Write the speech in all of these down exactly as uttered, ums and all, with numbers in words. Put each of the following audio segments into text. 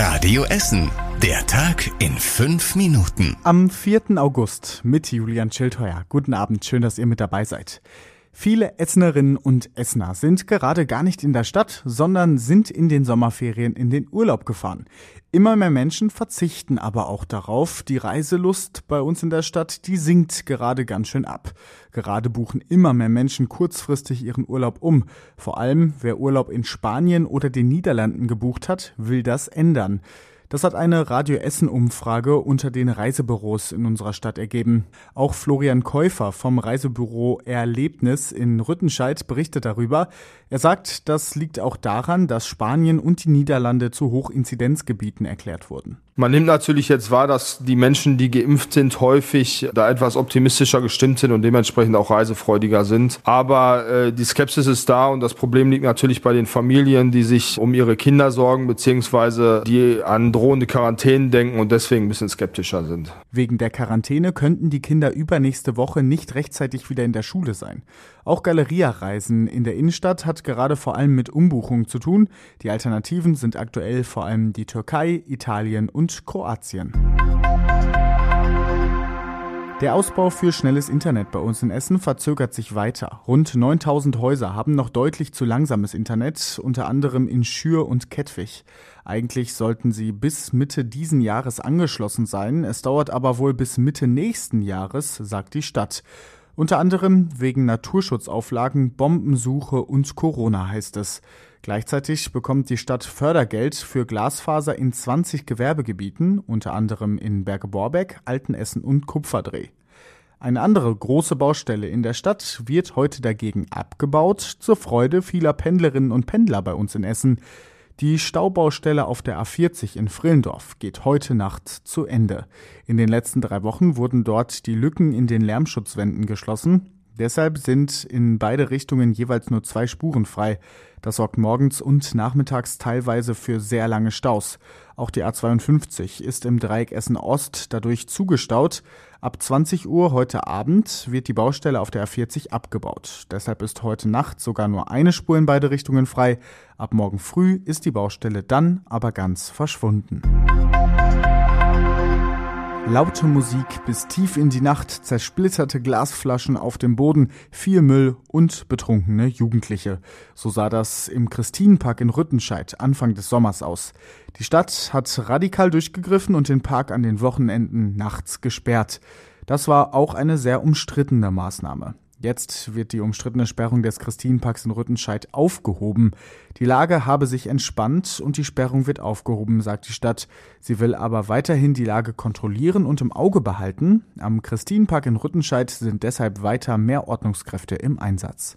Radio Essen. Der Tag in fünf Minuten. Am vierten August mit Julian Schildheuer. Guten Abend, schön, dass ihr mit dabei seid. Viele Essenerinnen und Essener sind gerade gar nicht in der Stadt, sondern sind in den Sommerferien in den Urlaub gefahren. Immer mehr Menschen verzichten aber auch darauf. Die Reiselust bei uns in der Stadt, die sinkt gerade ganz schön ab. Gerade buchen immer mehr Menschen kurzfristig ihren Urlaub um. Vor allem, wer Urlaub in Spanien oder den Niederlanden gebucht hat, will das ändern. Das hat eine Radio Essen-Umfrage unter den Reisebüros in unserer Stadt ergeben. Auch Florian Käufer vom Reisebüro Erlebnis in Rüttenscheid berichtet darüber. Er sagt, das liegt auch daran, dass Spanien und die Niederlande zu Hochinzidenzgebieten erklärt wurden. Man nimmt natürlich jetzt wahr, dass die Menschen, die geimpft sind, häufig da etwas optimistischer gestimmt sind und dementsprechend auch reisefreudiger sind. Aber äh, die Skepsis ist da und das Problem liegt natürlich bei den Familien, die sich um ihre Kinder sorgen, beziehungsweise die an drohende Quarantäne denken und deswegen ein bisschen skeptischer sind. Wegen der Quarantäne könnten die Kinder übernächste Woche nicht rechtzeitig wieder in der Schule sein. Auch Galeria-Reisen in der Innenstadt hat gerade vor allem mit Umbuchungen zu tun. Die Alternativen sind aktuell vor allem die Türkei, Italien und Kroatien. Der Ausbau für schnelles Internet bei uns in Essen verzögert sich weiter. Rund neuntausend Häuser haben noch deutlich zu langsames Internet, unter anderem in Schür und Kettwig. Eigentlich sollten sie bis Mitte diesen Jahres angeschlossen sein. Es dauert aber wohl bis Mitte nächsten Jahres, sagt die Stadt. Unter anderem wegen Naturschutzauflagen, Bombensuche und Corona, heißt es. Gleichzeitig bekommt die Stadt Fördergeld für Glasfaser in zwanzig Gewerbegebieten, unter anderem in Berge-Borbeck, Altenessen und Kupferdreh. Eine andere große Baustelle in der Stadt wird heute dagegen abgebaut, zur Freude vieler Pendlerinnen und Pendler bei uns in Essen. Die Staubaustelle auf der A vierzig in Frillendorf geht heute Nacht zu Ende. In den letzten drei Wochen wurden dort die Lücken in den Lärmschutzwänden geschlossen. Deshalb sind in beide Richtungen jeweils nur zwei Spuren frei. Das sorgt morgens und nachmittags teilweise für sehr lange Staus. Auch die A zweiundfünfzig ist im Dreieck Essen-Ost dadurch zugestaut. Ab zwanzig Uhr heute Abend wird die Baustelle auf der A vierzig abgebaut. Deshalb ist heute Nacht sogar nur eine Spur in beide Richtungen frei. Ab morgen früh ist die Baustelle dann aber ganz verschwunden. Laute Musik bis tief in die Nacht, zersplitterte Glasflaschen auf dem Boden, viel Müll und betrunkene Jugendliche. So sah das im Christinenpark in Rüttenscheid Anfang des Sommers aus. Die Stadt hat radikal durchgegriffen und den Park an den Wochenenden nachts gesperrt. Das war auch eine sehr umstrittene Maßnahme. Jetzt wird die umstrittene Sperrung des Christinenparks in Rüttenscheid aufgehoben. Die Lage habe sich entspannt und die Sperrung wird aufgehoben, sagt die Stadt. Sie will aber weiterhin die Lage kontrollieren und im Auge behalten. Am Christinenpark in Rüttenscheid sind deshalb weiter mehr Ordnungskräfte im Einsatz.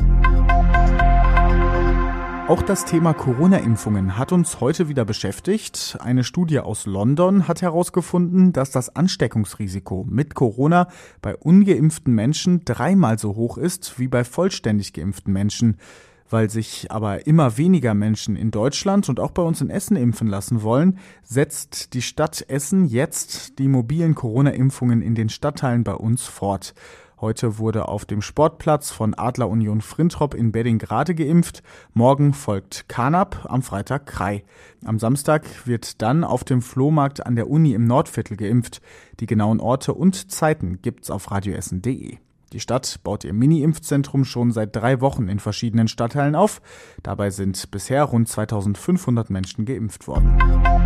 Auch das Thema Corona-Impfungen hat uns heute wieder beschäftigt. Eine Studie aus London hat herausgefunden, dass das Ansteckungsrisiko mit Corona bei ungeimpften Menschen dreimal so hoch ist wie bei vollständig geimpften Menschen. Weil sich aber immer weniger Menschen in Deutschland und auch bei uns in Essen impfen lassen wollen, setzt die Stadt Essen jetzt die mobilen Corona-Impfungen in den Stadtteilen bei uns fort. Heute wurde auf dem Sportplatz von Adler Union Frintrop in Beddingrade geimpft. Morgen folgt Carnap, am Freitag Krai. Am Samstag wird dann auf dem Flohmarkt an der Uni im Nordviertel geimpft. Die genauen Orte und Zeiten gibt's auf radioessen punkt de. Die Stadt baut ihr Mini-Impfzentrum schon seit drei Wochen in verschiedenen Stadtteilen auf. Dabei sind bisher rund zweitausendfünfhundert Menschen geimpft worden.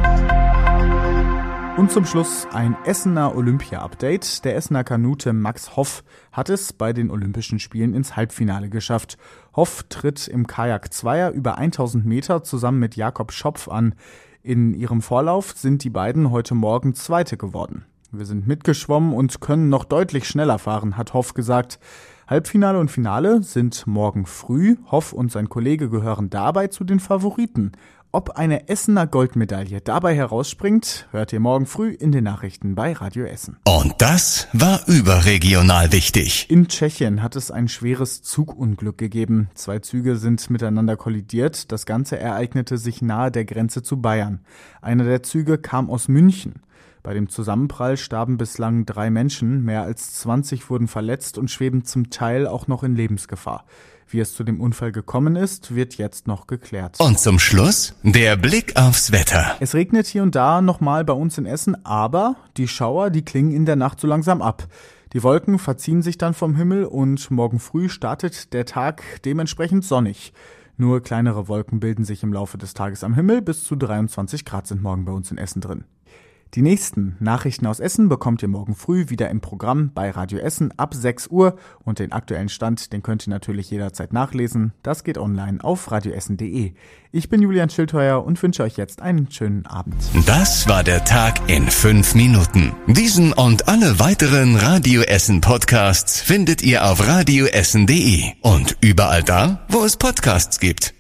Und zum Schluss ein Essener Olympia-Update. Der Essener Kanute Max Hoff hat es bei den Olympischen Spielen ins Halbfinale geschafft. Hoff tritt im Kajak-Zweier über tausend Meter zusammen mit Jakob Schopf an. In ihrem Vorlauf sind die beiden heute Morgen Zweite geworden. Wir sind mitgeschwommen und können noch deutlich schneller fahren, hat Hoff gesagt. Halbfinale und Finale sind morgen früh. Hoff und sein Kollege gehören dabei zu den Favoriten. Ob eine Essener Goldmedaille dabei herausspringt, hört ihr morgen früh in den Nachrichten bei Radio Essen. Und das war überregional wichtig. In Tschechien hat es ein schweres Zugunglück gegeben. Zwei Züge sind miteinander kollidiert. Das Ganze ereignete sich nahe der Grenze zu Bayern. Einer der Züge kam aus München. Bei dem Zusammenprall starben bislang drei Menschen, mehr als zwanzig wurden verletzt und schweben zum Teil auch noch in Lebensgefahr. Wie es zu dem Unfall gekommen ist, wird jetzt noch geklärt. Und zum Schluss der Blick aufs Wetter. Es regnet hier und da nochmal bei uns in Essen, aber die Schauer, die klingen in der Nacht so langsam ab. Die Wolken verziehen sich dann vom Himmel und morgen früh startet der Tag dementsprechend sonnig. Nur kleinere Wolken bilden sich im Laufe des Tages am Himmel, bis zu dreiundzwanzig Grad sind morgen bei uns in Essen drin. Die nächsten Nachrichten aus Essen bekommt ihr morgen früh wieder im Programm bei Radio Essen ab sechs Uhr und den aktuellen Stand, den könnt ihr natürlich jederzeit nachlesen. Das geht online auf radioessen punkt de. Ich bin Julian Schildheuer und wünsche euch jetzt einen schönen Abend. Das war der Tag in fünf Minuten. Diesen und alle weiteren Radio Essen Podcasts findet ihr auf radioessen punkt de und überall da, wo es Podcasts gibt.